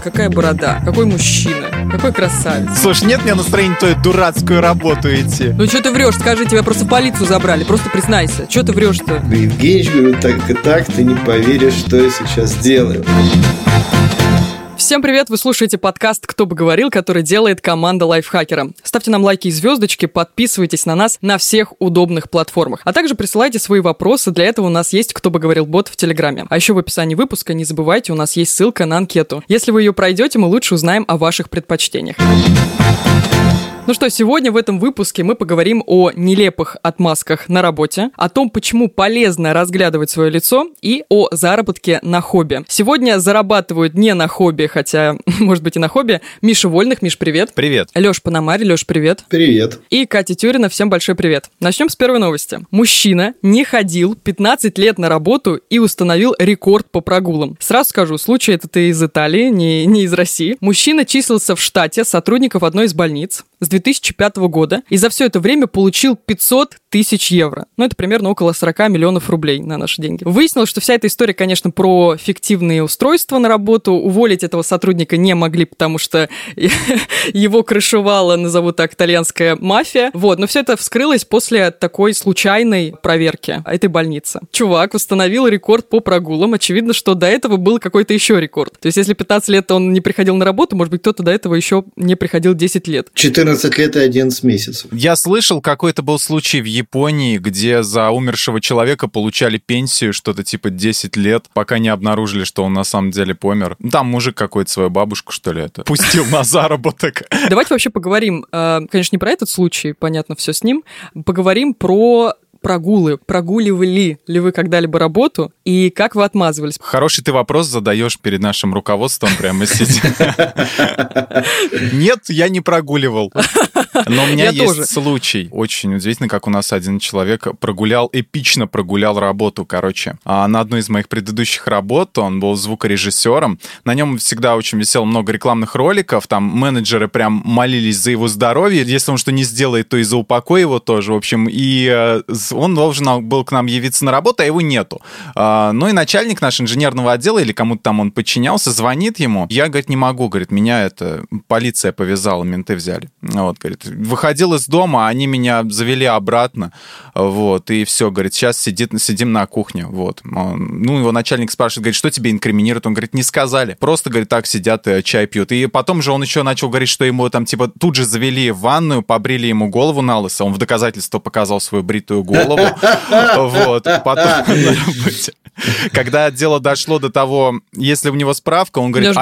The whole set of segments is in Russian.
какая борода, какой мужчина, какой красавец. Слушай, нет мне настроения твою дурацкую работу идти. Ну что ты врешь? Скажи, тебя просто в полицию забрали. Просто признайся. Что ты врешь-то? Да, Евгеньевич, говорю, так и так, ты не поверишь, что я сейчас делаю. Всем привет! Вы слушаете подкаст «Кто бы говорил», который делает команда Лайфхакера. Ставьте нам лайки и звездочки, подписывайтесь на нас на всех удобных платформах. А также присылайте свои вопросы, для этого у нас есть «Кто бы говорил» бот в Телеграме. А еще в описании выпуска, не забывайте, у нас есть ссылка на анкету. Если вы ее пройдете, мы лучше узнаем о ваших предпочтениях. Ну что, сегодня в этом выпуске мы поговорим о нелепых отмазках на работе, о том, почему полезно разглядывать свое лицо и о заработке на хобби. Сегодня зарабатывают не на хобби, хотя, может быть, и на хобби, Миша Вольных. Миш, привет. Привет. Лёш Пономарь. Лёш, привет. Привет. И Катя Тюрина. Всем большой привет. Начнем с первой новости. Мужчина не ходил 15 лет на работу и установил рекорд по прогулам. Сразу скажу, случай этот из Италии, не из России. Мужчина числился в штате сотрудников одной из больниц с 2005 года и за все это время получил 500 тысяч евро. Ну, это примерно около 40 миллионов рублей на наши деньги. Выяснилось, что вся эта история, конечно, про фиктивные устройства на работу. Уволить этого сотрудника не могли, потому что его крышевала, назову так, итальянская мафия. Вот, но все это вскрылось после такой случайной проверки этой больницы. Чувак установил рекорд по прогулам. Очевидно, что до этого был какой-то еще рекорд. То есть, если 15 лет он не приходил на работу, может быть, кто-то до этого еще не приходил 10 лет. 14 лет и 11 месяцев. Я слышал, какой-то был случай в Японии, где за умершего человека получали пенсию, что-то типа 10 лет, пока не обнаружили, что он на самом деле помер. Там мужик какой-то свою бабушку, что ли, это пустил на заработок. Давайте вообще поговорим, конечно, не про этот случай, понятно, все с ним, поговорим про прогулы. Прогуливали ли вы когда-либо работу и как вы отмазывались? Хороший ты вопрос задаешь перед нашим руководством прямо сейчас. Нет, я не прогуливал. Но у меня есть случай. Очень удивительно, как у нас один человек эпично прогулял работу, короче. На одной из моих предыдущих работ он был звукорежиссером. На нем всегда очень висело много рекламных роликов. Там менеджеры прям молились за его здоровье. Если он что не сделает, то и за упокой его тоже. В общем, и он должен был к нам явиться на работу, а его нету. Ну и начальник наш инженерного отдела, или кому-то там он подчинялся, звонит ему. Я, говорит, не могу, говорит, меня полиция повязала, менты взяли. Вот, говорит, выходил из дома, они меня завели обратно, вот, и все, говорит, сейчас сидим на кухне, вот. Ну, его начальник спрашивает, говорит, что тебе инкриминируют? Он говорит, не сказали, просто, говорит, так сидят, чай пьют. И потом же он еще начал говорить, что ему там, типа, тут же завели в ванную, побрили ему голову на лысо, он в доказательство показал свою бритую голову. Вот, потом на работе. Когда дело дошло до того, если у него справка, он говорит,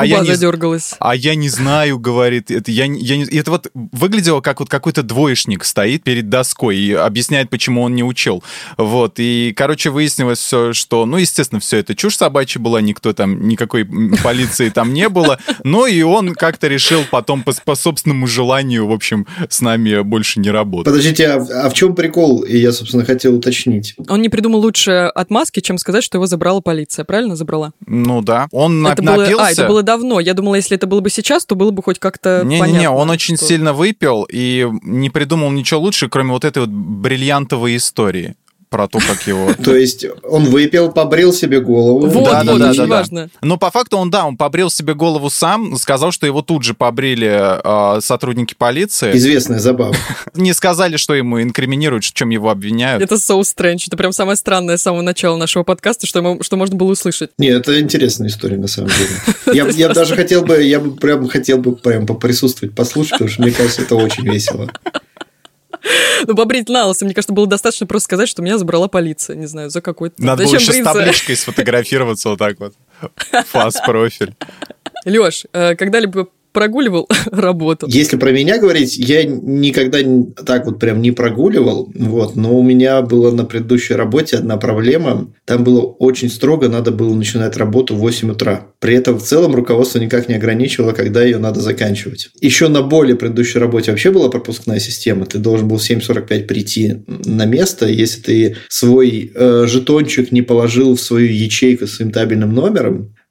я не знаю, говорит, это вот выглядело как вот какой-то двоечник стоит перед доской и объясняет, почему он не учил. Вот, и, короче, выяснилось все, что, ну, естественно, все это чушь собачья была, никакой полиции там не было, но и он как-то решил потом по собственному желанию, в общем, с нами больше не работать. Подождите, а в чем прикол? И я, собственно, хотел уточнить. Он не придумал лучше отмазки, чем сказать, что его забрала полиция, правильно забрала? Ну да. Он напился. Это было давно. Я думала, если это было бы сейчас, то было бы хоть как-то понятно. Не-не-не, он очень сильно выпил и не придумал ничего лучше, кроме вот этой вот бриллиантовой истории про то, как его... То есть он выпил, побрил себе голову. Вот, очень важно. Но по факту он побрил себе голову сам, сказал, что его тут же побрили сотрудники полиции. Известная забава. Не сказали, что ему инкриминируют, в чем его обвиняют. Это so strange. Это прям самое странное с самого начала нашего подкаста, что можно было услышать. Нет, это интересная история, на самом деле. Я даже хотел бы поприсутствовать, послушать, потому что мне кажется, это очень весело. Ну, побрить на лысо, мне кажется, было достаточно просто сказать, что меня забрала полиция. Не знаю, за какой-то... Надо было еще с табличкой сфотографироваться вот так вот. Фас-профиль. Лёш, когда-либо прогуливал работу? Если про меня говорить, я никогда так вот прям не прогуливал, вот, но у меня была на предыдущей работе одна проблема. Там было очень строго, надо было начинать работу в 8 утра. При этом в целом руководство никак не ограничивало, когда ее надо заканчивать. Еще на более предыдущей работе вообще была пропускная система. Ты должен был в 7:45 прийти на место. Если ты свой жетончик не положил в свою ячейку с своим табельным номером,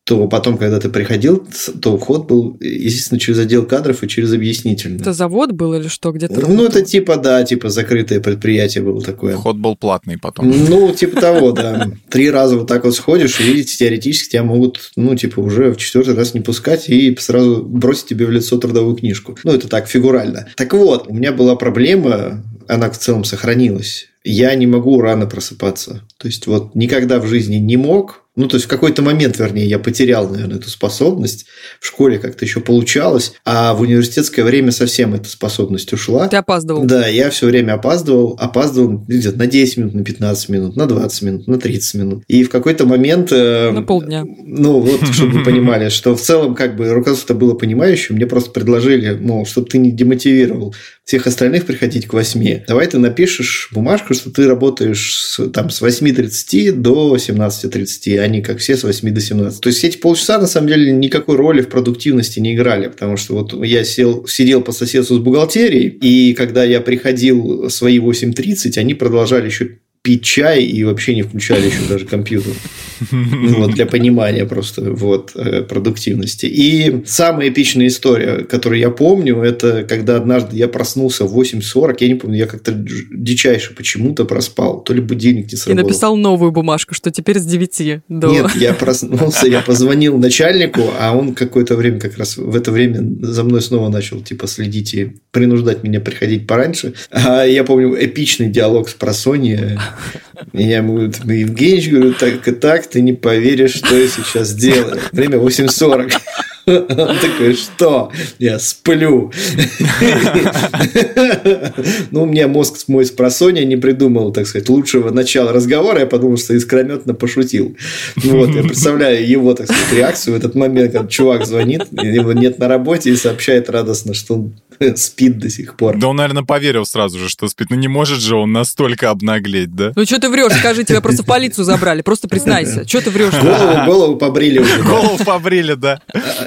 то потом, когда ты приходил, то вход был, естественно, через отдел кадров и через объяснительную. Это завод был или что? Где-то Ну, это типа закрытое предприятие было такое. Вход был платный потом. Ну, типа того, да. 3 раза вот так вот сходишь, и, видите, теоретически тебя могут, уже в 4-й раз не пускать и сразу бросить тебе в лицо трудовую книжку. Ну, это так, фигурально. Так вот, у меня была проблема, она в целом сохранилась. Я не могу рано просыпаться. То есть, вот никогда в жизни не мог. То есть, в какой-то момент, вернее, я потерял, наверное, эту способность. В школе как-то еще получалось, а в университетское время совсем эта способность ушла. Ты опаздывал? Да, я все время опаздывал где-то на 10 минут, на 15 минут, на 20 минут, на 30 минут. И в какой-то момент... На полдня. Чтобы вы понимали, что в целом руководство было понимающим, мне просто предложили, чтобы ты не демотивировал всех остальных приходить к 8. Давай ты напишешь бумажку, что ты работаешь с 8:30 до 17:30, а не как все с 8 до 17. То есть, эти полчаса, на самом деле, никакой роли в продуктивности не играли, потому что вот я сидел по соседству с бухгалтерией, и когда я приходил в свои 8:30, они продолжали еще пить чай и вообще не включали еще даже компьютер. Для понимания просто продуктивности. И самая эпичная история, которую я помню, это когда однажды я проснулся в 8:40, я не помню, я как-то дичайше почему-то проспал, то ли будильник не сработал. И написал новую бумажку, что теперь с 9 до... Нет, я проснулся, я позвонил начальнику, а он какое-то время, как раз в это время за мной снова начал следить и принуждать меня приходить пораньше. А я помню эпичный диалог с просонья. Я ему говорю: Евгеньевич, говорю, так и так, ты не поверишь, что я сейчас делаю. Время 8:40. Он такой: что? Я сплю. У меня мозг мой с просонья не придумал, так сказать, лучшего начала разговора. Я подумал, что искрометно пошутил. Я представляю его, так сказать, реакцию в этот момент, когда чувак звонит, его нет на работе и сообщает радостно, что он спит до сих пор. Да он, наверное, поверил сразу же, что спит. Не может же он настолько обнаглеть, да? Что ты врешь? Скажи, тебя просто в полицию забрали. Просто признайся. Что ты врешь? Голову побрили уже. Голову побрили, да.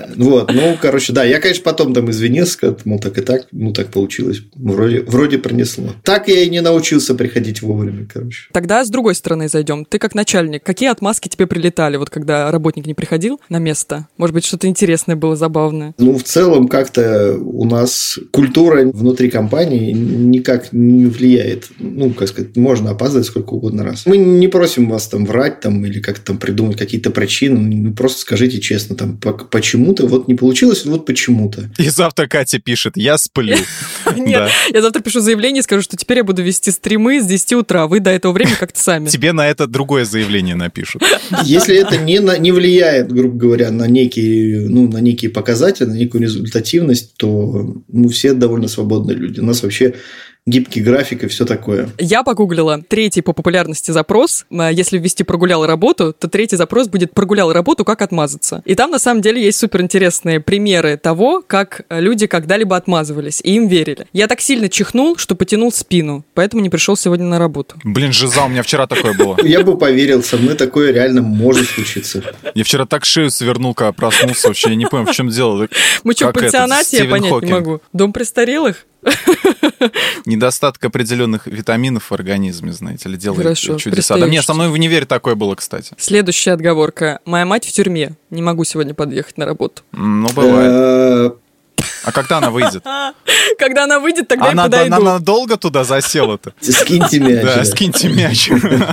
Да, я, конечно, потом извинился, сказал, так и так, так получилось, вроде пронесло. Так я и не научился приходить вовремя, Тогда с другой стороны зайдем. Ты как начальник, какие отмазки тебе прилетали, когда работник не приходил на место? Может быть, что-то интересное было, забавное? В целом, как-то у нас культура внутри компании никак не влияет. Можно опаздывать сколько угодно раз. Мы не просим вас врать или как-то придумать какие-то причины. Просто скажите честно, почему-то не получилось, почему-то. И завтра Катя пишет: я сплю. Нет, я завтра пишу заявление и скажу, что теперь я буду вести стримы с 10 утра. Вы до этого времени как-то сами. Тебе на это другое заявление напишут. Если это не влияет, грубо говоря, на некие показатели, на некую результативность, то мы все довольно свободные люди. У нас вообще гибкий график и все такое. Я погуглила 3-й по популярности запрос. Если ввести «прогулял работу», то 3-й запрос будет «прогулял работу, как отмазаться». И там, на самом деле, есть суперинтересные примеры того, как люди когда-либо отмазывались, и им верили. Я так сильно чихнул, что потянул спину, поэтому не пришел сегодня на работу. Блин, жиза, у меня вчера такое было. Я бы поверил, со мной такое реально может случиться. Я вчера так шею свернул, когда проснулся, вообще я не понял, в чем дело. Мы что, в пансионате? Я понять не могу. Дом престарелых? Недостаток определенных витаминов в организме, знаете ли, делает Хорошо, чудеса. Да мне со мной в универе такое было, кстати. Следующая отговорка. Моя мать в тюрьме. Не могу сегодня подъехать на работу. Бывает. А когда она выйдет? Когда она выйдет, тогда я подойду. Она долго туда засела-то? Скиньте мяч. Да, скиньте мяч.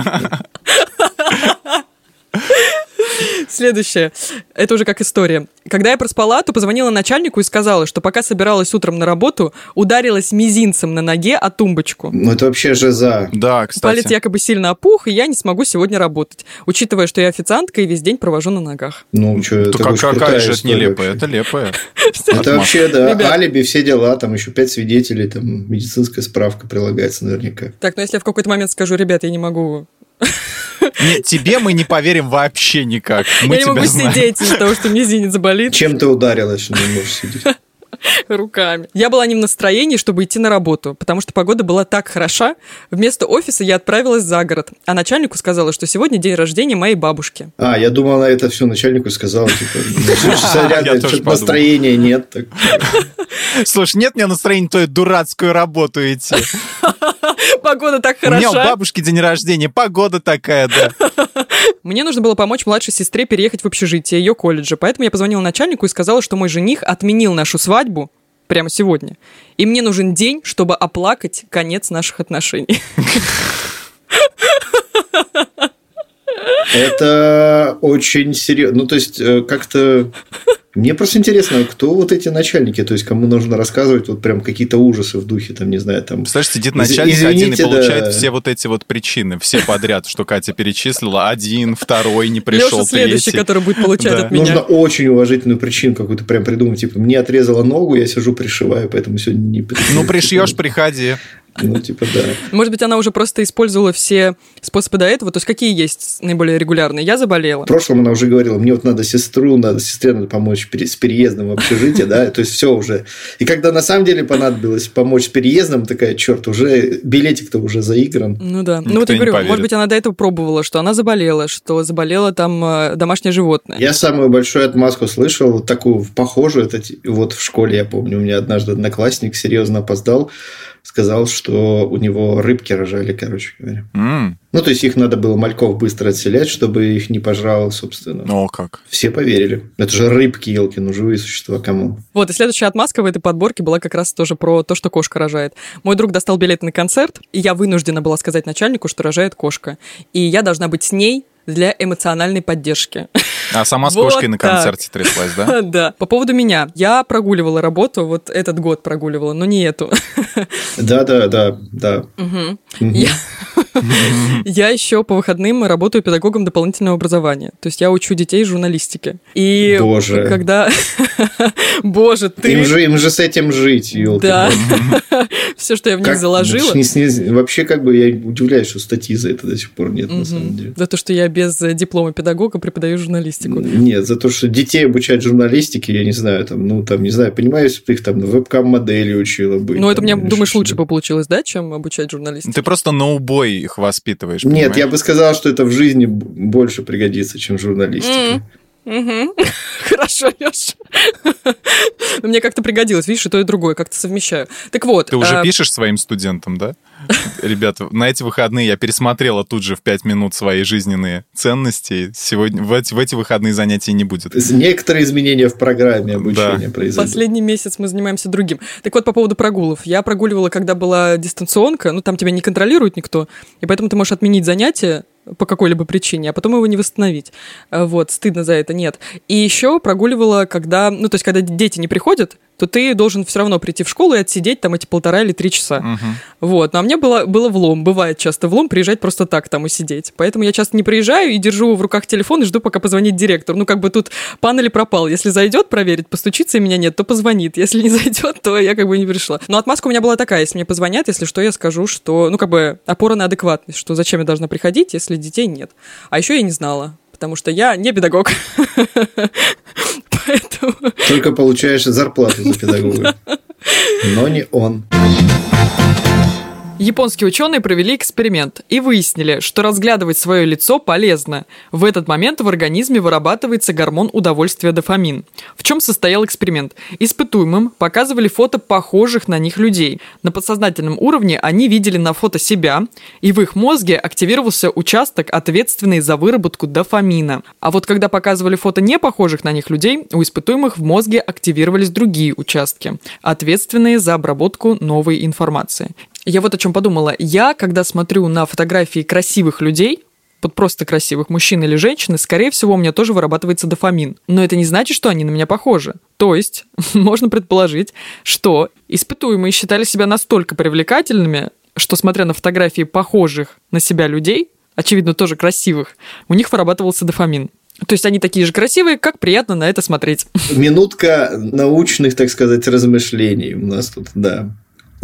Следующее. Это уже как история. Когда я проспала, то позвонила начальнику и сказала, что пока собиралась утром на работу, ударилась мизинцем на ноге о тумбочку. Это вообще жиза. Да, кстати. Палец якобы сильно опух, и я не смогу сегодня работать, учитывая, что я официантка и весь день провожу на ногах. Какая же это нелепая? Это лепая. Это вообще, да, алиби, все дела, там еще 5 свидетелей, там медицинская справка прилагается наверняка. Так, если я в какой-то момент скажу: ребят, я не могу... Нет, тебе мы не поверим вообще никак. Я не могу сидеть из-за того, что мизинец заболит. Чем ты ударилась, что не можешь сидеть? Руками. Я была не в настроении, чтобы идти на работу, потому что погода была так хороша. Вместо офиса я отправилась за город, а начальнику сказала, что сегодня день рождения моей бабушки. Я думал, она это все начальнику сказала. Что-то настроения нет. Слушай, нет у меня настроения твою дурацкую работу идти. Погода так У хороша. меня у бабушки день рождения, погода такая, да. Мне нужно было помочь младшей сестре переехать в общежитие ее колледжа, поэтому я позвонила начальнику и сказала, что мой жених отменил нашу свадьбу прямо сегодня, и мне нужен день, чтобы оплакать конец наших отношений. Это очень серьезно. Ну, то есть, как-то... Мне просто интересно, кто вот эти начальники, то есть, кому нужно рассказывать вот прям какие-то ужасы в духе, там, не знаю, там... Представляешь, сидит начальник один и получает все вот эти вот причины, все подряд, что Катя перечислила. Один, второй не пришел, Леша следующий, который будет получать от меня. Нужно очень уважительную причину какую-то прям придумать, типа, мне отрезала ногу, я сижу пришиваю, поэтому сегодня не приду. Ну, пришьешь, приходи. Ну, типа, да. Может быть, она уже просто использовала все способы до этого? То есть, какие есть наиболее регулярные? Я заболела. В прошлом она уже говорила, мне вот надо сестре надо помочь с переездом в общежитие, да, то есть, все уже. И когда на самом деле понадобилось помочь с переездом, такая, черт, уже билетик-то уже заигран. Ну да. Ну вот я говорю, может быть, она до этого пробовала, что она заболела, что заболела там домашнее животное. Я самую большую отмазку слышал, вот такую похожую, это вот в школе, я помню, у меня однажды одноклассник серьезно опоздал, сказал, что у него рыбки рожали, короче говоря. Ну, то есть, их надо было мальков быстро отселять, чтобы их не пожрало, собственно. О, как. Все поверили. Это же рыбки, елки, ну, живые существа, кому? Вот, и следующая отмазка в этой подборке была как раз тоже про то, что кошка рожает. Мой друг достал билет на концерт, и я вынуждена была сказать начальнику, что рожает кошка. И я должна быть с ней для эмоциональной поддержки. А сама с кошкой на концерте тряслась, да? Да. По поводу меня. Я прогуливала работу, вот этот год прогуливала, но не эту. Да. Я еще по выходным работаю педагогом дополнительного образования. То есть я учу детей журналистике. И Боже. Когда... Боже, ты... Им же с этим жить, елки. Да. Все, что я в них заложила. Вообще, как бы, я удивляюсь, что статьи за это до сих пор нет, на самом деле. За то, что я без диплома педагога преподаю журналистику. Нет, за то, что детей обучать журналистике, я не знаю, не знаю, понимаю, если бы ты их там вебкам-модели учила бы. Ну, это мне, думаешь, лучше бы получилось, да, чем обучать журналистике? Ты просто на убой их воспитываешь, Нет, понимаешь? я бы сказал, что это в жизни больше пригодится, чем журналистика. Хорошо, Леша. Мне как-то пригодилось, видишь, и то, и другое, как-то совмещаю. Так вот. Ты уже пишешь своим студентам, да? Ребята, на эти выходные я пересмотрела тут же в 5 минут свои жизненные ценности. Сегодня в эти выходные занятий не будет. Некоторые изменения в программе обучения произойдут. Последний месяц мы занимаемся другим. Так вот, по поводу прогулов. Я прогуливала, когда была дистанционка, ну, там тебя не контролирует никто, и поэтому ты можешь отменить занятие по какой-либо причине, а потом его не восстановить. Вот, стыдно за это, нет. И еще прогуливала, когда, ну, то есть, когда дети не приходят, то ты должен все равно прийти в школу и отсидеть там эти 1,5 или 3 часа. Вот, но а мне было влом, бывает часто влом приезжать просто так там и сидеть. Поэтому я часто не приезжаю и держу в руках телефон и жду, пока позвонит директор. Ну, как бы тут пан или пропал. Если зайдет проверить, постучится, и меня нет, то позвонит. Если не зайдет, то я как бы не пришла. Но отмазка у меня была такая: если мне позвонят, если что, я скажу, что, ну, как бы опора на адекватность, что зачем я должна приходить, если детей нет. А еще я не знала, потому что я не педагог. Поэтому... Только получаешь зарплату за педагога. Но не он. Японские ученые провели эксперимент и выяснили, что разглядывать свое лицо полезно. В этот момент в организме вырабатывается гормон удовольствия дофамин. В чем состоял эксперимент? Испытуемым показывали фото похожих на них людей. На подсознательном уровне они видели на фото себя, и в их мозге активировался участок, ответственный за выработку дофамина. А вот когда показывали фото не похожих на них людей, у испытуемых в мозге активировались другие участки, ответственные за обработку новой информации. Я вот о чем подумала. Я, когда смотрю на фотографии красивых людей, вот просто красивых мужчин или женщин, скорее всего, у меня тоже вырабатывается дофамин. Но это не значит, что они на меня похожи. То есть, можно предположить, что испытуемые считали себя настолько привлекательными, что, смотря на фотографии похожих на себя людей, очевидно, тоже красивых, у них вырабатывался дофамин. То есть они такие же красивые, как приятно на это смотреть. Минутка научных, так сказать, размышлений у нас тут, да.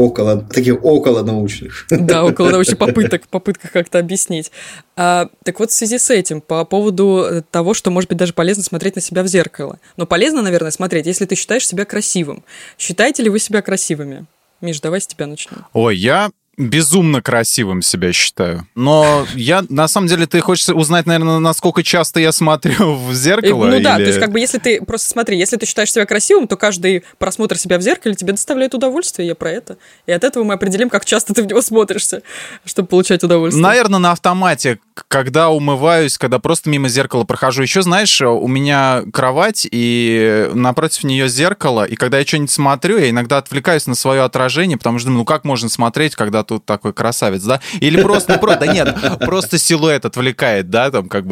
Около научных. Да, около научных попытках как-то объяснить. Так вот, в связи с этим, по поводу того, что, может быть, даже полезно смотреть на себя в зеркало. Но полезно, наверное, смотреть, если ты считаешь себя красивым. Считаете ли вы себя красивыми? Миш, давай с тебя начнем. Ой, я безумно красивым себя считаю. Но я, на самом деле, ты хочешь узнать, наверное, насколько часто я смотрю в зеркало? Ну да, то есть как бы если ты, просто смотри, если ты считаешь себя красивым, то каждый просмотр себя в зеркале тебе доставляет удовольствие, я про это. И от этого мы определим, как часто ты в него смотришься, чтобы получать удовольствие. Наверное, на автомате, когда умываюсь, когда просто мимо зеркала прохожу. Еще, знаешь, у меня кровать, и напротив нее зеркало, и когда я что-нибудь смотрю, я иногда отвлекаюсь на свое отражение, потому что думаю, ну как можно смотреть, когда тут такой красавец, да? Или просто, да нет, просто силуэт отвлекает, да, там как бы,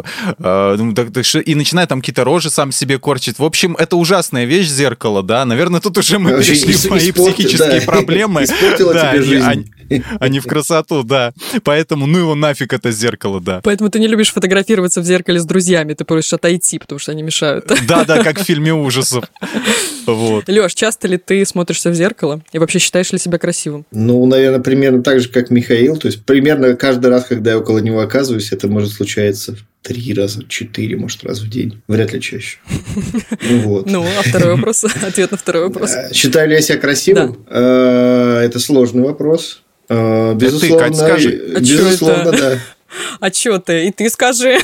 и начинает там какие-то рожи сам себе корчить. В общем, это ужасная вещь, зеркало, да? Наверное, тут уже мы перешли в мои психические проблемы. Испортила тебе жизнь. А не в красоту, да. Поэтому, ну его нафиг это зеркало, да. Поэтому ты не любишь фотографироваться в зеркале с друзьями, ты просишь отойти, потому что они мешают. Да, как в фильме ужасов. Вот. Лёш, часто ли ты смотришься в зеркало и вообще считаешь ли себя красивым? Ну, наверное, примерно так же, как Михаил. То есть, примерно каждый раз, когда я около него оказываюсь, это может случаться 3 раза, 4, может, раз в день. Вряд ли чаще. Вот. Ну, а второй вопрос? Ответ на второй вопрос. Считаю ли я себя красивым? Это сложный вопрос. Безусловно, Кать, скажи. Безусловно, да. А чё ты? И ты скажи.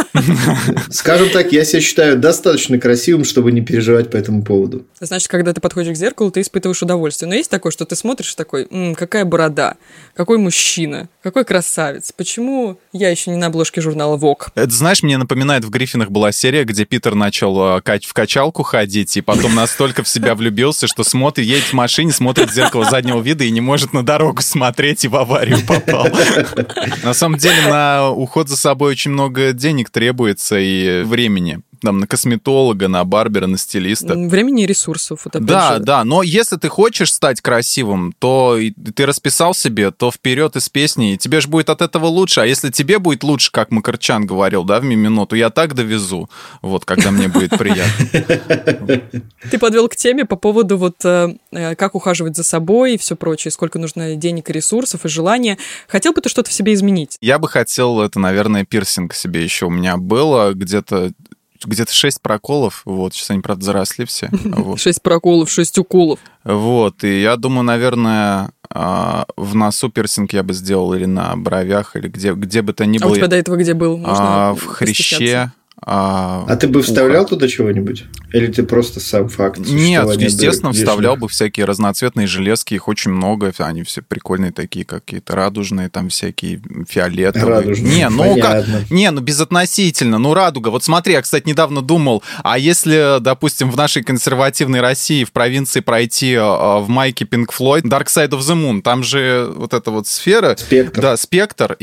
Скажем так, я себя считаю достаточно красивым, чтобы не переживать по этому поводу. Значит, когда ты подходишь к зеркалу, ты испытываешь удовольствие. Но есть такое, что ты смотришь такой, какая борода, какой мужчина, какой красавец. Почему я еще не на обложке журнала Vogue? Это, знаешь, мне напоминает, в «Гриффинах» была серия, где Питер начал в качалку ходить, и потом настолько в себя влюбился, что едет в машине, смотрит в зеркало заднего вида и не может на дорогу смотреть, и в аварию попал. На самом деле, на уход за собой очень много денег требуется и времени. Там, на косметолога, на барбера, на стилиста. Времени и ресурсов. Вот да, но если ты хочешь стать красивым, то ты расписал себе, то вперед из песни, и тебе же будет от этого лучше. А если тебе будет лучше, как Макарчан говорил, да, в Мимино, то я так довезу, вот, когда мне будет приятно. Ты подвел к теме по поводу вот как ухаживать за собой и все прочее, сколько нужно денег и ресурсов и желания. Хотел бы ты что-то в себе изменить? Я бы хотел, это, наверное, пирсинг себе еще у меня было, где-то 6 проколов, вот, сейчас они, правда, заросли все. 6 проколов, 6 уколов. Вот, и я думаю, наверное, в носу пирсинг я бы сделал или на бровях, или где бы то ни было. А у тебя до этого где был? Можно в хряще. А ты бы вставлял туда чего-нибудь? Или ты просто сам факт? Нет, естественно, вставлял бы всякие разноцветные железки, их очень много, они все прикольные такие, какие-то радужные, там всякие фиолетовые. Радужные, ну безотносительно, ну радуга. Вот смотри, я, кстати, недавно думал, а если, допустим, в нашей консервативной России, в провинции пройти в майке Pink Floyd Dark Side of the Moon, там же вот эта вот сфера. Спектр. Да, спектр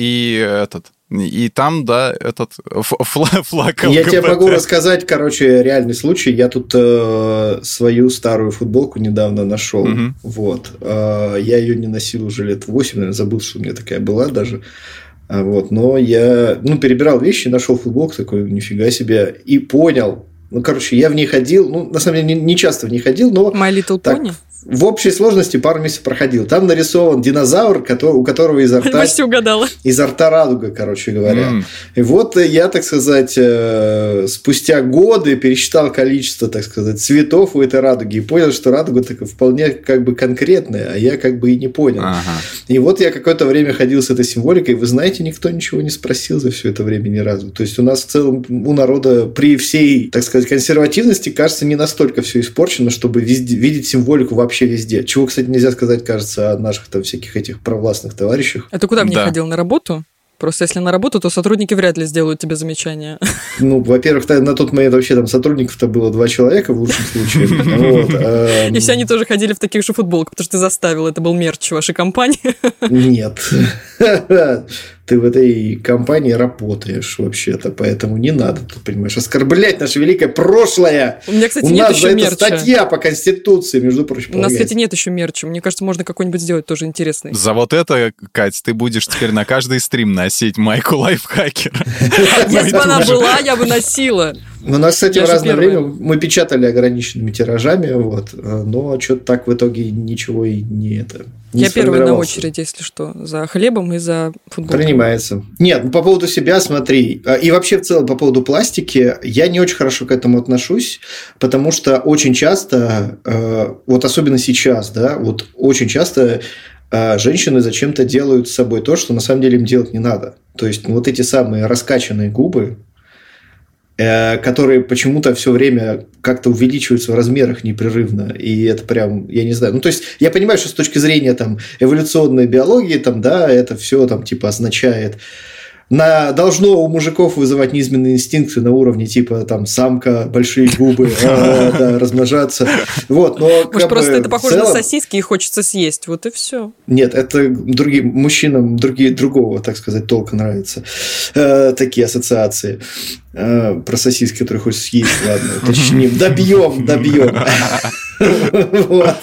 и там, да, этот флаг ЛГБТ. Я тебе могу рассказать, реальный случай. Я тут свою старую футболку недавно нашел. Вот. Я ее не носил уже лет 8, наверное, забыл, что у меня такая была даже. Вот. Но я перебирал вещи, нашел футболку, такой, нифига себе, и понял. Я в ней ходил, на самом деле, не часто в ней ходил, но... My Little Pony? В общей сложности пару месяцев проходил. Там нарисован динозавр, у которого изо рта... Почти угадала. Изо рта радуга, говоря. И вот я, так сказать, спустя годы пересчитал количество, так сказать, цветов у этой радуги и понял, что радуга такая вполне конкретная, а я и не понял. И вот я какое-то время ходил с этой символикой. Вы знаете, никто ничего не спросил за все это время ни разу. То есть у нас в целом, у народа при всей, так сказать, консервативности, кажется, не настолько все испорчено, чтобы видеть символику вообще везде. Чего, кстати, нельзя сказать, кажется, о наших там всяких этих провластных товарищах. А ты куда в ней ходил? На работу? Просто если на работу, то сотрудники вряд ли сделают тебе замечания. Во-первых, на тот момент вообще там сотрудников-то было 2 человека в лучшем случае. И все они тоже ходили в таких же футболках, потому что ты заставил. Это был мерч вашей компании. Нет. Ты в этой компании работаешь вообще-то, поэтому не надо, ты понимаешь, оскорблять наше великое прошлое. У меня, кстати, нет еще мерча. Статья по Конституции, между прочим. У нас, кстати, нет еще мерча. Мне кажется, можно какой-нибудь сделать тоже интересный. За вот это, Кать, ты будешь теперь на каждый стрим носить майку лайфхакера. Если бы она была, я бы носила. У нас, кстати, в разное время мы печатали ограниченными тиражами, но что-то так в итоге ничего и не Я первая на очереди, если что, за хлебом и за футболкой. Принимается. Нет, по поводу себя смотри. И вообще в целом по поводу пластики я не очень хорошо к этому отношусь, потому что очень часто, вот особенно сейчас, да, вот очень часто женщины зачем-то делают с собой то, что на самом деле им делать не надо. То есть вот эти самые раскачанные губы, которые почему-то все время как-то увеличиваются в размерах непрерывно. И это прям, я не знаю. Ну, то есть, я понимаю, что с точки зрения там, эволюционной биологии, там, да, это все там, типа, означает... должно у мужиков вызывать низменные инстинкты на уровне типа там самка, большие губы, размножаться. Вот, но может, просто это похоже на сосиски и хочется съесть, вот и все. Нет, это другим мужчинам другого, так сказать, толка нравятся такие ассоциации про сосиски, которые хочется съесть. Ладно, уточним. Добьем. Мы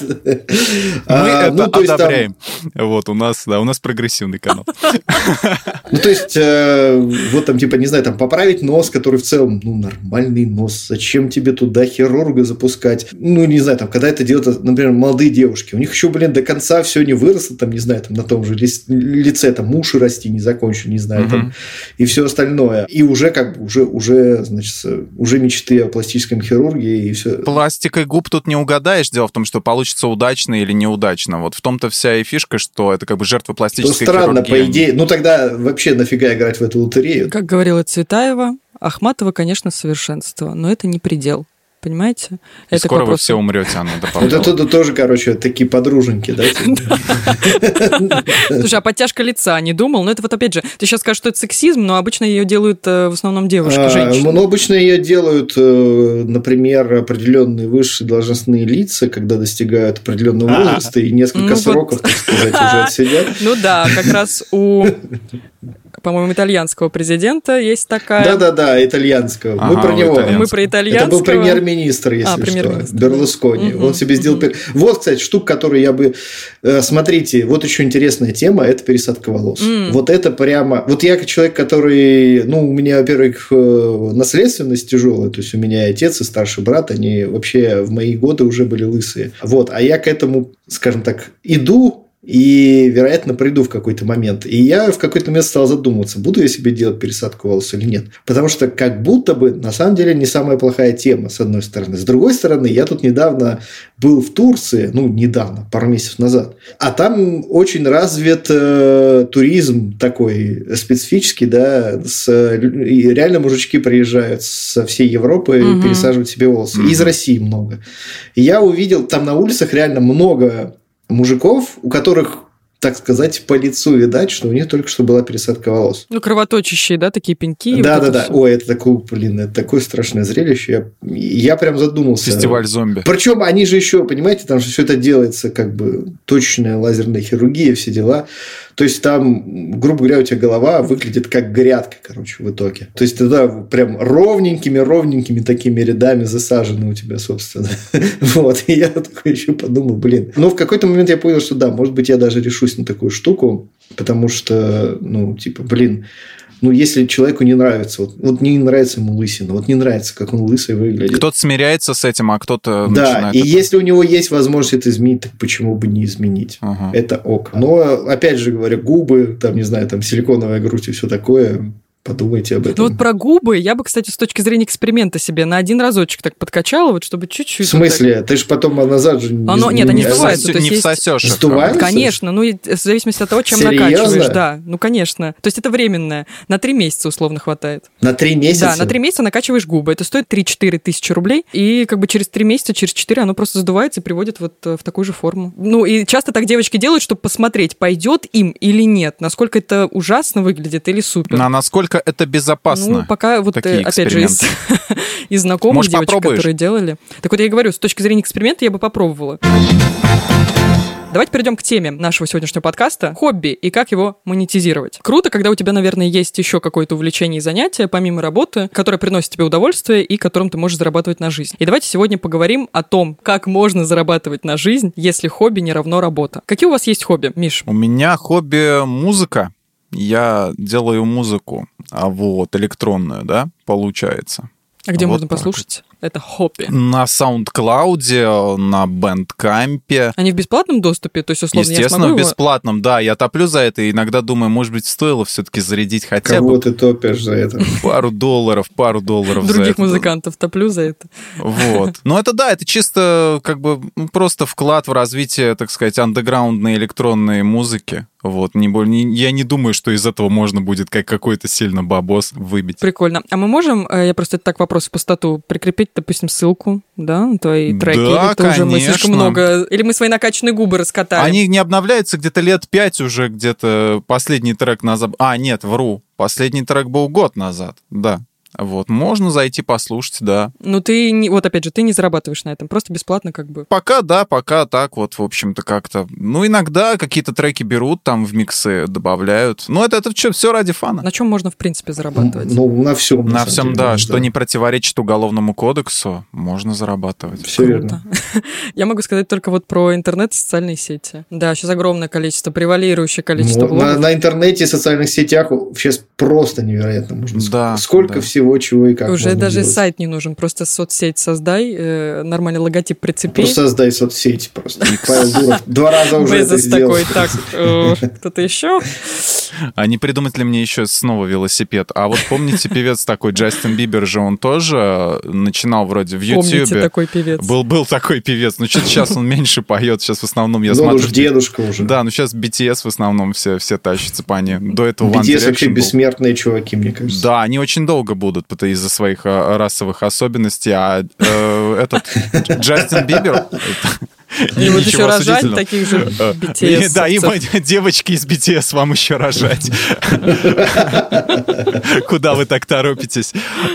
это одобряем. Вот, у нас прогрессивный канал. Ну, то есть, вот там, типа, не знаю, там, поправить нос, который в целом, нормальный нос. Зачем тебе туда хирурга запускать? Ну, не знаю, там, когда это делают, например, молодые девушки. У них еще, до конца все не выросло, там, не знаю, там, на том же лице, там, уши расти не закончили, не знаю, там, и все остальное. И уже, значит, уже мечты о пластическом хирурге и все. Пластикой губ тут не угадаешь. Дело в том, что получится удачно или неудачно. Вот в том-то вся и фишка, что это как бы жертва пластической хирургии. Странно, по идее. Ну, тогда вообще нафига играть в эту лотерею? Как говорила Цветаева, Ахматова, конечно, совершенство, но это не предел. Понимаете? И это скоро вы все умрете, Анна. Вот это тоже, короче, такие подруженьки, да? Слушай, а подтяжка лица не думал? Ну, это вот опять же, ты сейчас скажешь, что это сексизм, но обычно ее делают в основном девушки, женщины. Ну, обычно ее делают, например, определенные высшие должностные лица, когда достигают определенного возраста и несколько сроков, так сказать, уже отсидят. Ну да, как раз у... По-моему, итальянского президента есть такая... Да, итальянского. Мы про него. Мы про итальянского. Это был премьер-министр, если что. Берлускони. Он себе сделал... Вот, кстати, штука, которую я бы... Смотрите, вот еще интересная тема, это пересадка волос. Вот это прямо... Вот я как человек, который... Ну, у меня, во-первых, наследственность тяжелая. То есть, у меня отец и старший брат, они вообще в мои годы уже были лысые. Вот. А я к этому, скажем так, иду... И, вероятно, приду в какой-то момент. И я в какой-то момент стал задумываться, буду я себе делать пересадку волос или нет. Потому что как будто бы, на самом деле, не самая плохая тема, с одной стороны. С другой стороны, я тут недавно был в Турции, пару месяцев назад. А там очень развит туризм такой специфический, да, и реально мужички приезжают со всей Европы и пересаживают себе волосы. Из России много. И я увидел, там на улицах реально много мужиков, у которых, так сказать, по лицу видать, что у них только что была пересадка волос. Ну, кровоточащие, да, такие пеньки. Да. Ой, это такое страшное зрелище. Я прям задумался. Фестиваль зомби. Причем они же еще, понимаете, там же все это делается как бы точечная лазерная хирургия, все дела. То есть, там, грубо говоря, у тебя голова выглядит как грядка, в итоге. То есть, туда прям ровненькими такими рядами засажены у тебя, собственно. Вот. И я такой еще подумал, Но в какой-то момент я понял, что да, может быть, я даже решусь на такую штуку, потому что, если человеку не нравится, вот не нравится ему лысина, вот не нравится, как он лысый выглядит. Кто-то смиряется с этим, а кто-то начинает... Да, и если у него есть возможность это изменить, так почему бы не изменить? Это ок. Но, опять же говоря, губы, силиконовая грудь и все такое... Подумайте об этом. Ну вот про губы я бы, кстати, с точки зрения эксперимента себе на один разочек так подкачала, вот чтобы чуть-чуть... В смысле? Вот ты же потом назад же... Нет, они сдуваются. Не всосешь. Сдуваются? Конечно, в зависимости от того, чем накачиваешь. Да, конечно. То есть, это временное. На 3 месяца условно хватает. На 3 месяца? Да, на 3 месяца накачиваешь губы. Это стоит 3-4 тысячи рублей. И через 3 месяца, через 4 оно просто сдувается и приводит вот в такую же форму. И часто так девочки делают, чтобы посмотреть, пойдет им или нет, насколько это ужасно выглядит или супер. А насколько это безопасно? Пока вот, опять же, из знакомых Может, девочек, попробуешь? Которые делали. Так вот, я и говорю, с точки зрения эксперимента я бы попробовала. Давайте перейдем к теме нашего сегодняшнего подкаста. Хобби и как его монетизировать. Круто, когда у тебя, наверное, есть еще какое-то увлечение и занятие, помимо работы, которое приносит тебе удовольствие и которым ты можешь зарабатывать на жизнь. И давайте сегодня поговорим о том, как можно зарабатывать на жизнь, если хобби не равно работа. Какие у вас есть хобби, Миш? У меня хобби музыка. Я делаю музыку, электронную, да, получается. А где можно послушать? это хобби? На SoundCloud, на Bandcamp. Они в бесплатном доступе? То есть, условно, естественно, я смогу в бесплатном, да. Я топлю за это, и иногда думаю, может быть, стоило все-таки зарядить хотя Кого бы... ты топишь за это? Пару долларов за других это. музыкантов топлю за это. Вот. Но это да, это чисто как бы просто вклад в развитие, так сказать, андеграундной электронной музыки. Вот, я не думаю, что из этого можно будет какой-то сильно бабос выбить. Прикольно. А мы можем, я просто это так вопрос в пустоту, прикрепить, допустим, ссылку, да, на твои треки? Да, или тоже мы конечно. слишком много... Или мы свои накачанные губы раскатаем? Они не обновляются где-то лет 5 уже, где-то последний трек назад... нет, вру. Последний трек был год назад, да. Вот, можно зайти послушать, да. Ну, вот опять же, ты не зарабатываешь на этом, просто бесплатно как бы. Пока так вот, в общем-то, как-то. Ну, иногда какие-то треки берут, там в миксы добавляют. Ну, это все ради фана. На чем можно, в принципе, зарабатывать? Ну, на всем. На всем, да. Что не противоречит Уголовному кодексу, можно зарабатывать. Все верно. Я могу сказать только вот про интернет и социальные сети. Да, сейчас огромное количество, превалирующее количество блогов. На интернете и социальных сетях сейчас просто невероятно можно сказать. Да, сколько всего, чего и как. Уже даже делать. сайт не нужен, просто соцсеть создай, нормальный логотип прицепи. Просто создай соцсеть просто. Павел Дуров 2 раза уже это сделал. Безос такой, так, кто-то еще? А не придумать ли мне еще снова велосипед? А вот помните, певец такой Джастин Бибер же, он тоже начинал вроде в Ютьюбе. Помните такой певец? Был такой певец, но что-то сейчас он меньше поет, сейчас в основном я он смотрю... уж дедушка уже. Да, но сейчас BTS в основном все тащатся по ним. До этого One BTS вообще Direction был. бессмертные чуваки, мне кажется. Да, они очень долго будут из-за своих расовых особенностей, а этот Джастин Бибер... И вот еще рожать таких же BTS. Да, и девочки из BTS вам еще рожать. Куда вы так торопитесь?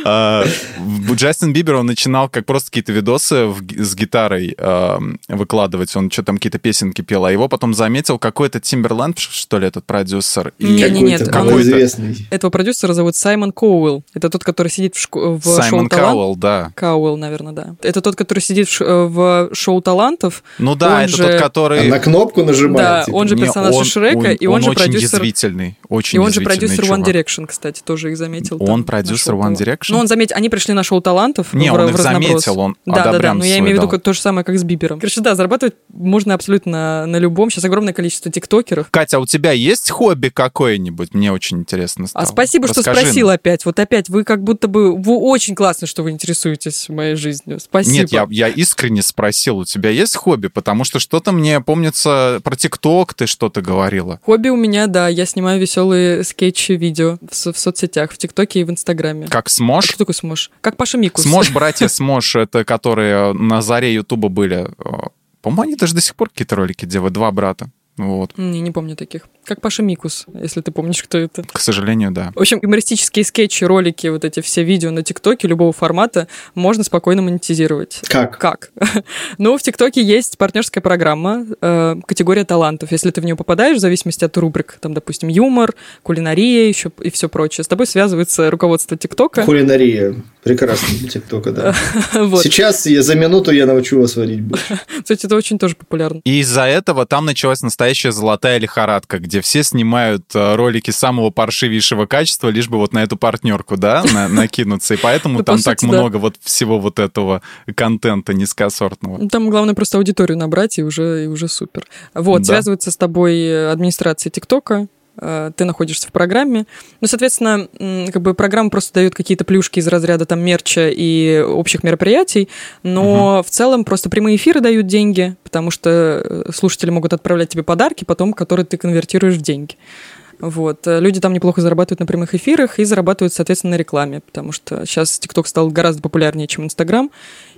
Джастин Бибер, он начинал как просто какие-то видосы с гитарой выкладывать. Он что там какие-то песенки пел, а его потом заметил какой-то Тимберленд, что ли, этот продюсер. Нет. Известный. Этого продюсера зовут Саймон Коуэлл. Это тот, который сидит в шоу «Талант». Саймон Коуэлл, да. Коуэлл, наверное, да. Это тот, который сидит в шоу «Талантов». Ну да, это тот, который... На кнопку нажимает. Да, типа. он же персонаж Шрека, и он же продюсер... Очень и он же продюсер One чувак. Direction, кстати, тоже их заметил. Он продюсер One Direction? Ну, он заметил, они пришли на шоу «Талантов». Не, он их заметил, он Да, но я имею в виду то же самое, как с Бибером. Короче, да, зарабатывать можно абсолютно на любом. Сейчас огромное количество тиктокеров. Катя, а у тебя есть хобби какое-нибудь? Мне очень интересно стало. А спасибо, что спросил опять. Вот опять, вы как будто бы... Вы очень классно, что вы интересуетесь моей жизнью. Спасибо. Нет, я искренне спросил, у тебя есть хобби? Потому что что-то мне помнится про ТикТок ты что-то говорила. Хобби у меня, да, я снимаю веселые скетчи-видео в соцсетях, в ТикТоке и в Инстаграме. Как Смош? А что такое Смош? Как Паша Микус. Смош, братья Смош, это которые на заре Ютуба были. По-моему, они даже до сих пор какие-то ролики делают, 2 брата. Вот. Не помню таких. Как Паша Микус, если ты помнишь, кто это. К сожалению, да. В общем, юмористические скетчи, ролики, вот эти все видео на ТикТоке любого формата можно спокойно монетизировать. Как? Ну, в ТикТоке есть партнерская программа, категория талантов. Если ты в нее попадаешь, в зависимости от рубрик, там, допустим, юмор, кулинария еще и все прочее, с тобой связывается руководство ТикТока. Кулинария. Прекрасно для ТикТока, да. Вот. Сейчас за минуту я научу вас варить борщ. Кстати, это очень тоже популярно. И из-за этого там началась настоящая золотая лихорадка, где все снимают ролики самого паршивейшего качества, лишь бы вот на эту партнерку, да, накинуться. И поэтому там так много вот всего вот этого контента низкосортного. Там главное просто аудиторию набрать, и уже супер. Вот, связывается с тобой администрация ТикТока, ты находишься в программе. Ну, соответственно, как бы программа просто дает какие-то плюшки из разряда там мерча и общих мероприятий, но в целом просто прямые эфиры дают деньги, потому что слушатели могут отправлять тебе подарки, потом, которые ты конвертируешь в деньги. Вот. Люди там неплохо зарабатывают на прямых эфирах и зарабатывают, соответственно, на рекламе, потому что сейчас TikTok стал гораздо популярнее, чем Instagram,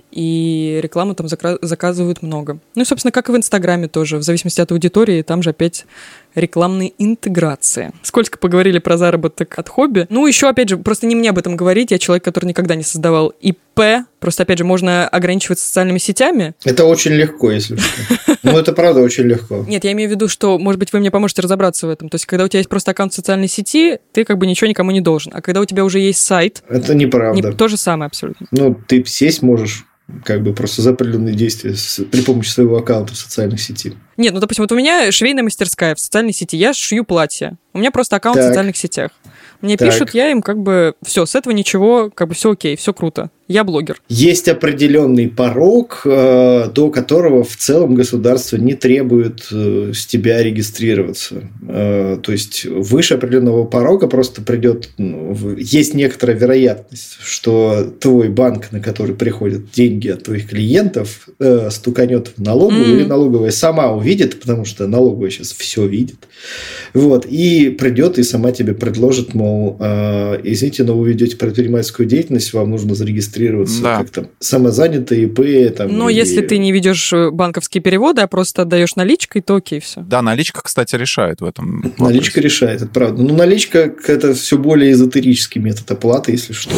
и рекламу там заказывают много. Ну и, собственно, как и в Инстаграме тоже, в зависимости от аудитории, там же опять рекламные интеграции. Сколько поговорили про заработок от хобби. Ну, еще, опять же, просто не мне об этом говорить, я человек, который никогда не создавал ИП, просто, опять же, можно ограничиваться социальными сетями. Это очень легко, если что. Ну, это правда очень легко. Нет, я имею в виду, что, может быть, вы мне поможете разобраться в этом. То есть, когда у тебя есть просто аккаунт в социальной сети, ты как бы ничего никому не должен. А когда у тебя уже есть сайт... Это неправда. То же самое абсолютно. Ну, ты сесть можешь как бы просто за определенные действия при помощи своего аккаунта в социальных сетях. Нет, ну, допустим, вот у меня швейная мастерская в социальной сети, я шью платья. У меня просто аккаунт в социальных сетях. Мне пишут, я им все, с этого ничего, все окей, все круто. Я блогер. Есть определенный порог, до которого в целом государство не требует с тебя регистрироваться. То есть выше определенного порога просто придет... Есть некоторая вероятность, что твой банк, на который приходят деньги от твоих клиентов, стуканет в налоговую, или налоговая сама увидит, потому что налоговая сейчас все видит. Вот, и придет и сама тебе предложит, мол, извините, но вы ведете предпринимательскую деятельность, вам нужно зарегистрироваться как-то самозанятый ИП. Там, но если ты не ведешь банковские переводы, а просто отдаешь наличкой, то окей, все. Да, наличка, кстати, решает в этом вопросе. Наличка решает, это правда. Но наличка – это все более эзотерический метод оплаты, если что.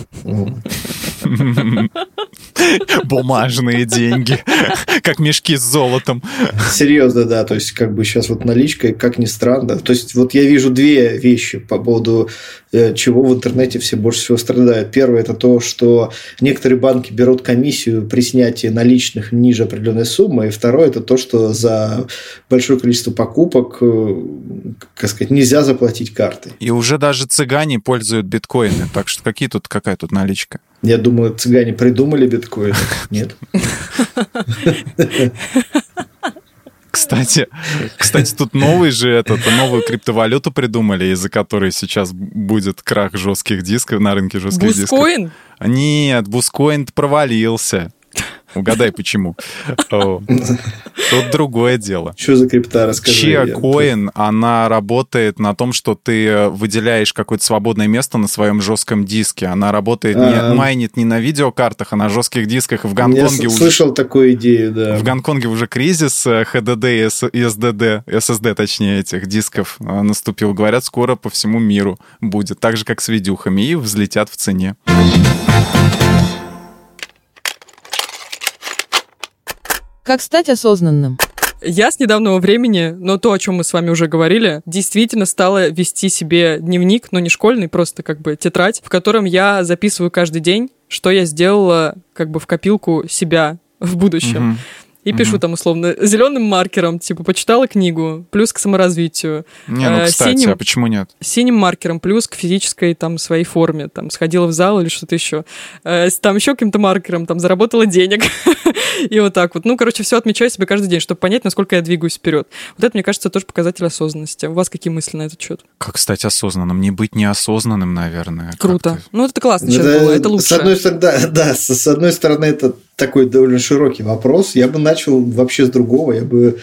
Бумажные деньги, как мешки с золотом. Серьезно, да. То есть, сейчас вот наличка, как ни странно. То есть, вот я вижу две вещи по поводу чего в интернете все больше всего страдают. Первое – это то, что некоторые банки берут комиссию при снятии наличных ниже определенной суммы. И второе – это то, что за большое количество покупок, нельзя заплатить картой. И уже даже цыгане пользуют биткоины. Так что какая тут наличка? Я думаю, цыгане придумали биткоин. Нет. Кстати, тут новую криптовалюту придумали, из-за которой сейчас будет крах жестких дисков на рынке жестких дисков. Бускоин? Нет, Бускоин провалился. Угадай, почему. Тут другое дело. Что за крипта, расскажи. Chia-коин, она работает на том, что ты выделяешь какое-то свободное место на своем жестком диске. Она работает, майнит не на видеокартах, а на жестких дисках. В Гонконге я слышал такую идею, да. В Гонконге уже кризис HDD и SSD, точнее, этих дисков наступил. Говорят, скоро по всему миру будет. Так же, как с видюхами. И взлетят в цене. Как стать осознанным? Я с недавнего времени, но то, о чем мы с вами уже говорили, действительно стала вести себе дневник, но не школьный, просто тетрадь, в котором я записываю каждый день, что я сделала в копилку себя в будущем. И пишу там условно зеленым маркером, почитала книгу, плюс к саморазвитию. Кстати, а почему нет? Синим маркером, плюс к физической своей форме, сходила в зал или что-то еще. Там еще каким-то маркером, заработала денег. И вот так вот. Все отмечаю себе каждый день, чтобы понять, насколько я двигаюсь вперед. Вот это, мне кажется, тоже показатель осознанности. У вас какие мысли на этот счет? Как стать осознанным? Не быть неосознанным, наверное. Круто. Это классно сейчас было, это лучше. С одной стороны, это такой довольно широкий вопрос. Я бы начал вообще с другого. Я бы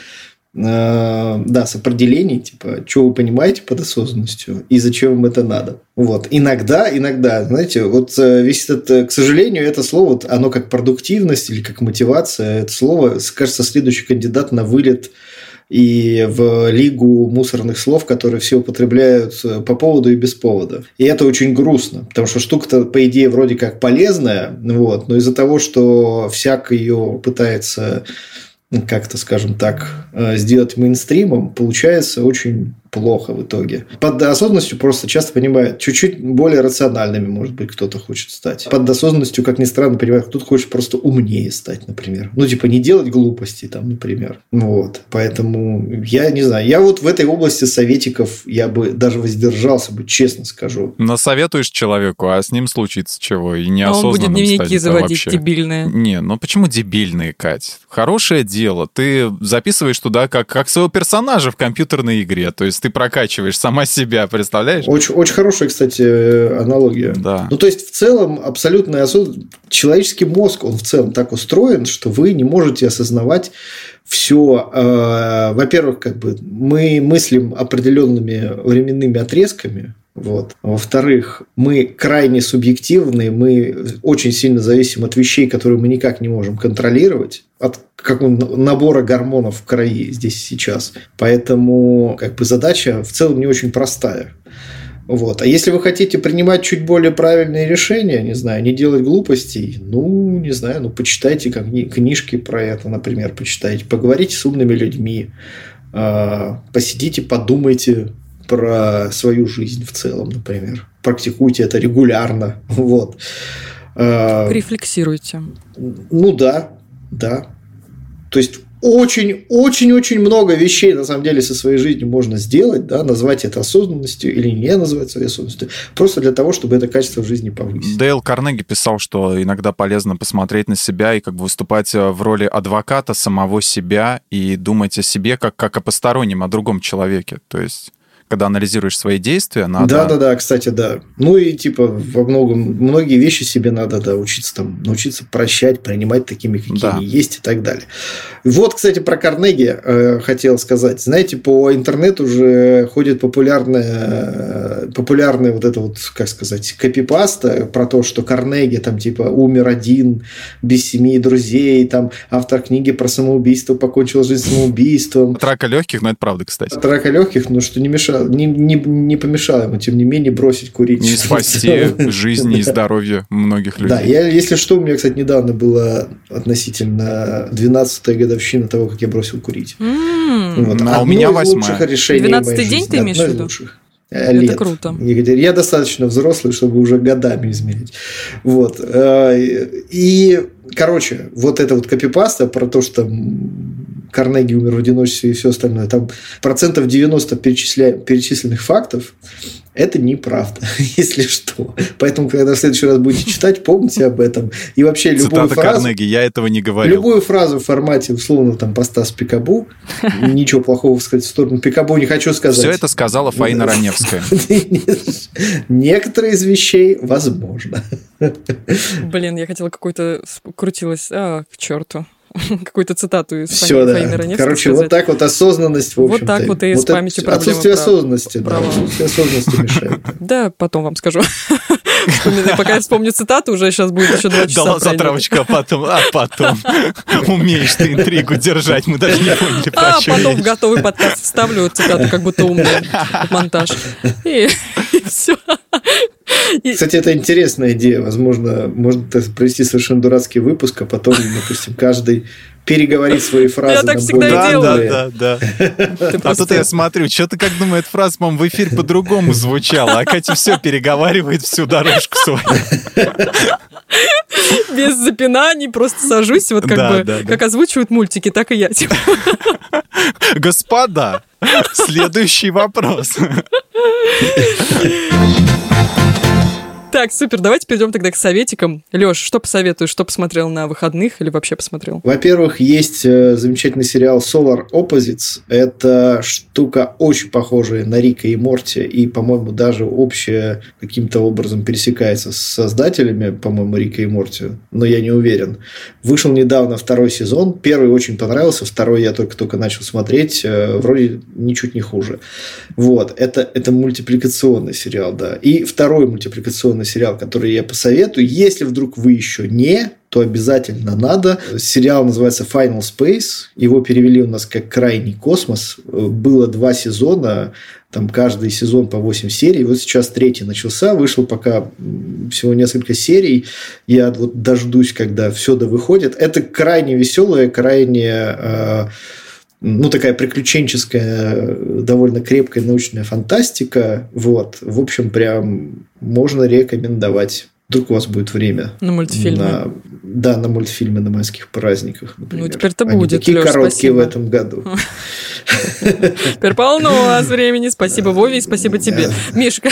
с определений, что вы понимаете под осознанностью и зачем вам это надо. Вот. Иногда, знаете, весь этот, к сожалению, это слово, оно как продуктивность или как мотивация, это слово, кажется, следующий кандидат на вылет и в лигу мусорных слов, которые все употребляют по поводу и без повода. И это очень грустно, потому что штука-то, по идее, вроде как полезная, но из-за того, что всяк ее пытается как-то, скажем так, сделать мейнстримом, получается очень плохо в итоге. Под осознанностью просто часто понимают, чуть-чуть более рациональными, может быть, кто-то хочет стать. Под осознанностью, как ни странно, понимает, кто-то хочет просто умнее стать, например. Не делать глупостей, например. Поэтому я не знаю. Я в этой области советиков я бы даже воздержался бы, честно скажу. Насоветуешь человеку, а с ним случится чего? И неосознанным он будет дневники заводить вообще. Дебильные. Не, почему дебильные, Кать? Хорошее дело. Ты записываешь туда как своего персонажа в компьютерной игре. То есть ты прокачиваешь сама себя, представляешь? Очень, очень хорошая, кстати, аналогия. Да. То есть, в целом, абсолютно человеческий мозг, он в целом так устроен, что вы не можете осознавать все. Во-первых, мы мыслим определенными временными отрезками. Во-вторых, мы крайне субъективны, мы очень сильно зависим от вещей, которые мы никак не можем контролировать, от набора гормонов в крови здесь и сейчас. Поэтому задача в целом не очень простая. А если вы хотите принимать чуть более правильные решения, не делать глупостей, почитайте книжки про это, например, почитайте, поговорите с умными людьми, посидите, подумайте про свою жизнь в целом, например. Практикуйте это регулярно. Рефлексируйте. Да. То есть, очень-очень-очень много вещей, на самом деле, со своей жизнью можно сделать, да, назвать это осознанностью или не назвать своей осознанностью, просто для того, чтобы это качество в жизни повысить. Дейл Карнеги писал, что иногда полезно посмотреть на себя и как бы выступать в роли адвоката самого себя и думать о себе как о постороннем, о другом человеке. То есть... Когда анализируешь свои действия, надо... Да, кстати, да. Ну и типа во многие вещи себе надо, да, научиться прощать, принимать такими, какие они есть и так далее. Вот, кстати, про Карнеги хотел сказать. Знаете, по интернету уже ходит популярная вот это вот, как сказать, копипаста про то, что Карнеги там типа умер один, без семьи и друзей, там автор книги про самоубийство покончил жизнь самоубийством. От рака легких, но это правда, кстати. От рака легких, но что не мешало. Не помешало ему, тем не менее, бросить курить. Не спасти жизни и здоровье многих людей. Да, если что, у меня, кстати, недавно была относительно 12-я годовщина того, как я бросил курить. А у меня 8-я. 12-й день ты имеешь в виду? Это круто. Я достаточно взрослый, чтобы уже годами измерить. Вот. И, короче, вот это вот копипаста про то, что Карнеги умер в одиночестве и все остальное, там 90% перечисленных фактов это неправда, если что. Поэтому, когда в следующий раз будете читать, помните об этом. И вообще любую фразу... Карнеги, я этого не говорил. Любую фразу в формате, условно, там, поста с Пикабу, ничего плохого сказать в сторону Пикабу не хочу сказать. Все это сказала Фаина Раневская. Некоторые из вещей возможно. Блин, я хотела крутилась. К черту. Какую-то цитату из Фаины Раневской. Короче, сказать. Вот так вот осознанность, в общем-то. Вот так вот и с памятью проблемы. Отсутствие осознанности, да. Отсутствие осознанности мешает. Да, потом вам скажу. Пока я вспомню цитату, уже сейчас будет еще 2 часа. Дала затравочку, а потом. Умеешь ты интригу держать, мы даже не поняли, про что потом в готовый подкаст вставлю цитату, как будто умный монтаж. И все. Кстати, это интересная идея. Возможно, можно провести совершенно дурацкий выпуск, а потом, допустим, каждый переговорить свои фразы. Я так всегда и делаю. Да. А тут я смотрю, что-то, как думаю, эта фраза, по-моему, в эфире по-другому звучала, а Катя все переговаривает всю дорожку свою. Без запинаний, просто сажусь, вот как озвучивают мультики, так и я. Господа, следующий вопрос. Так, супер, давайте перейдем тогда к советикам. Лёш, что посоветуешь, что посмотрел на выходных или вообще посмотрел? Во-первых, есть замечательный сериал Solar Opposites. Это штука очень похожая на Рика и Морти, и, по-моему, даже общая каким-то образом пересекается с создателями, по-моему, Рика и Морти, но я не уверен. Вышел недавно 2-й сезон. 1-й очень понравился, 2-й я только начал смотреть. Вроде ничуть не хуже. Вот. Это мультипликационный сериал, да. И 2-й мультипликационный сериал, который я посоветую. Если вдруг вы еще не, то обязательно надо. Сериал называется Final Space. Его перевели у нас как «Крайний космос». Было 2 сезона. Там каждый сезон по 8 серий. Вот сейчас 3-й начался. Вышел пока всего несколько серий. Я вот дождусь, когда все выходит. Это крайне веселая, крайне... такая приключенческая, довольно крепкая научная фантастика. Вот. В общем, прям можно рекомендовать. Вдруг у вас будет время. На мультфильмы. На мультфильмы на майских праздниках, например. Ну, теперь-то будет, такие Лёш, короткие спасибо. в этом году. Теперь полно у вас времени. Спасибо, Вове, и спасибо тебе. Мишка.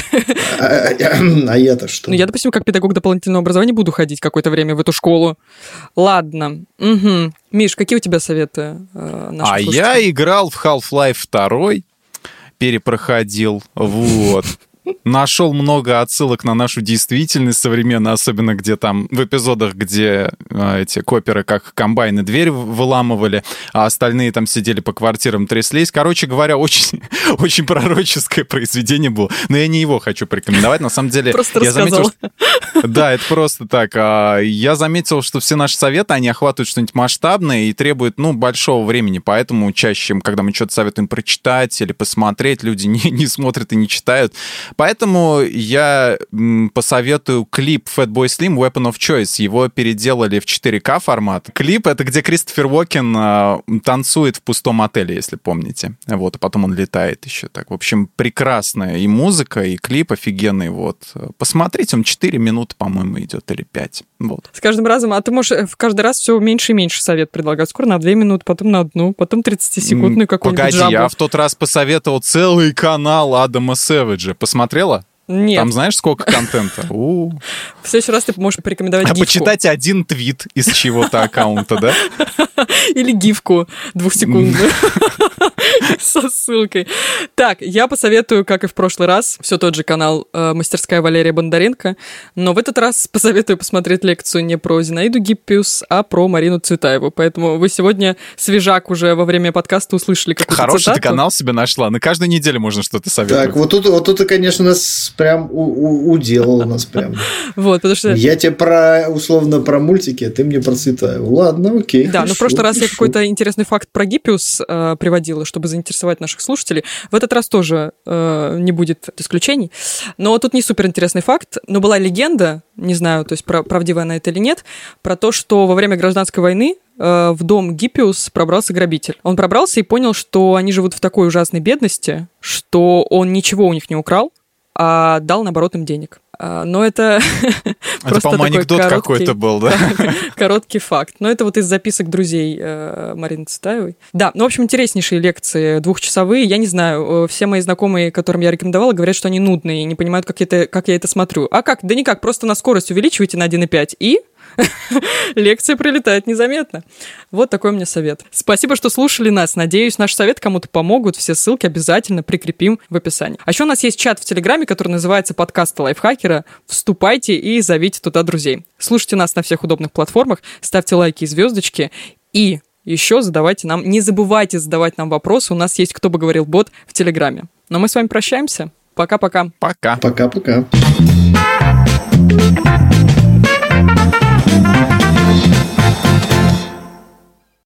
А я-то что? Ну, я, допустим, как педагог дополнительного образования буду ходить какое-то время в эту школу. Ладно. Угу. Миш, какие у тебя советы нашим слушателям? Я играл в Half-Life 2, перепроходил, вот. Нашел много отсылок на нашу действительность современную, особенно где там в эпизодах, где эти коперы как комбайны дверь выламывали, а остальные там сидели по квартирам, тряслись. Короче говоря, очень, очень пророческое произведение было. Но я не его хочу порекомендовать. На самом деле, просто я рассказал. заметил, что... Да, это просто так. Я заметил, что все наши советы, они охватывают что-нибудь масштабное и требуют, большого времени. Поэтому чаще, когда мы что-то советуем прочитать или посмотреть, люди не смотрят и не читают. Поэтому я посоветую клип Fatboy Slim Weapon of Choice. Его переделали в 4К формат. Клип — это где Кристофер Уокен танцует в пустом отеле, если помните. Вот, а потом он летает еще так. В общем, прекрасная и музыка, и клип офигенный. Вот. Посмотрите, он 4 минуты, по-моему, идет, или 5. Вот. С каждым разом, а ты можешь в каждый раз все меньше и меньше совет предлагать. Скоро на 2 минуты, потом на 1, потом 30-секундную какую-нибудь Погоди, жабу. я в тот раз посоветовал целый канал Адама Сэвиджа. Посмотрела? Нет. Там знаешь, сколько контента? В следующий раз ты можешь порекомендовать гифку. Почитать один твит из чего-то аккаунта, да? Или гифку 2-секундную со ссылкой. Так, я посоветую, как и в прошлый раз, все тот же канал «Мастерская Валерия Бондаренко», но в этот раз посоветую посмотреть лекцию не про Зинаиду Гиппиус, а про Марину Цветаеву. Поэтому вы сегодня свежак уже во время подкаста услышали какую-то Хороший цитату. ты канал себе нашла. На каждую неделю можно что-то советовать. Так, вот тут, конечно, нас прям уделал нас прям. Вот, потому что... Я тебе условно про мультики, а ты мне про Цветаеву. Ладно, окей. Да, но в прошлый раз я какой-то интересный факт про Гиппиус приводила, чтобы заинтересовать наших слушателей. В этот раз тоже не будет исключений. Но тут не суперинтересный факт, но была легенда, не знаю, то есть правдивая она это или нет, про то, что во время гражданской войны в дом Гиппиус пробрался грабитель. Он пробрался и понял, что они живут в такой ужасной бедности, что он ничего у них не украл, а дал, наоборот, им денег. Но это просто по-моему, анекдот какой-то был, да? Короткий факт. Но это вот из записок друзей Марины Цветаевой. Да, ну, в общем, интереснейшие лекции, 2-часовые. Я не знаю, все мои знакомые, которым я рекомендовала, говорят, что они нудные, и не понимают, как я это смотрю. А как? Да никак, просто на скорость увеличивайте на 1,5 и... лекция пролетает незаметно. Вот такой у меня совет. Спасибо, что слушали нас. Надеюсь, наш совет кому-то помогут. Все ссылки обязательно прикрепим в описании. А еще у нас есть чат в Телеграме, который называется «Подкасты лайфхакера». Вступайте и зовите туда друзей. Слушайте нас на всех удобных платформах, ставьте лайки и звездочки. И еще не забывайте задавать нам вопросы. У нас есть «Кто бы говорил бот» в Телеграме. Но мы с вами прощаемся. Пока-пока. Пока. Пока-пока.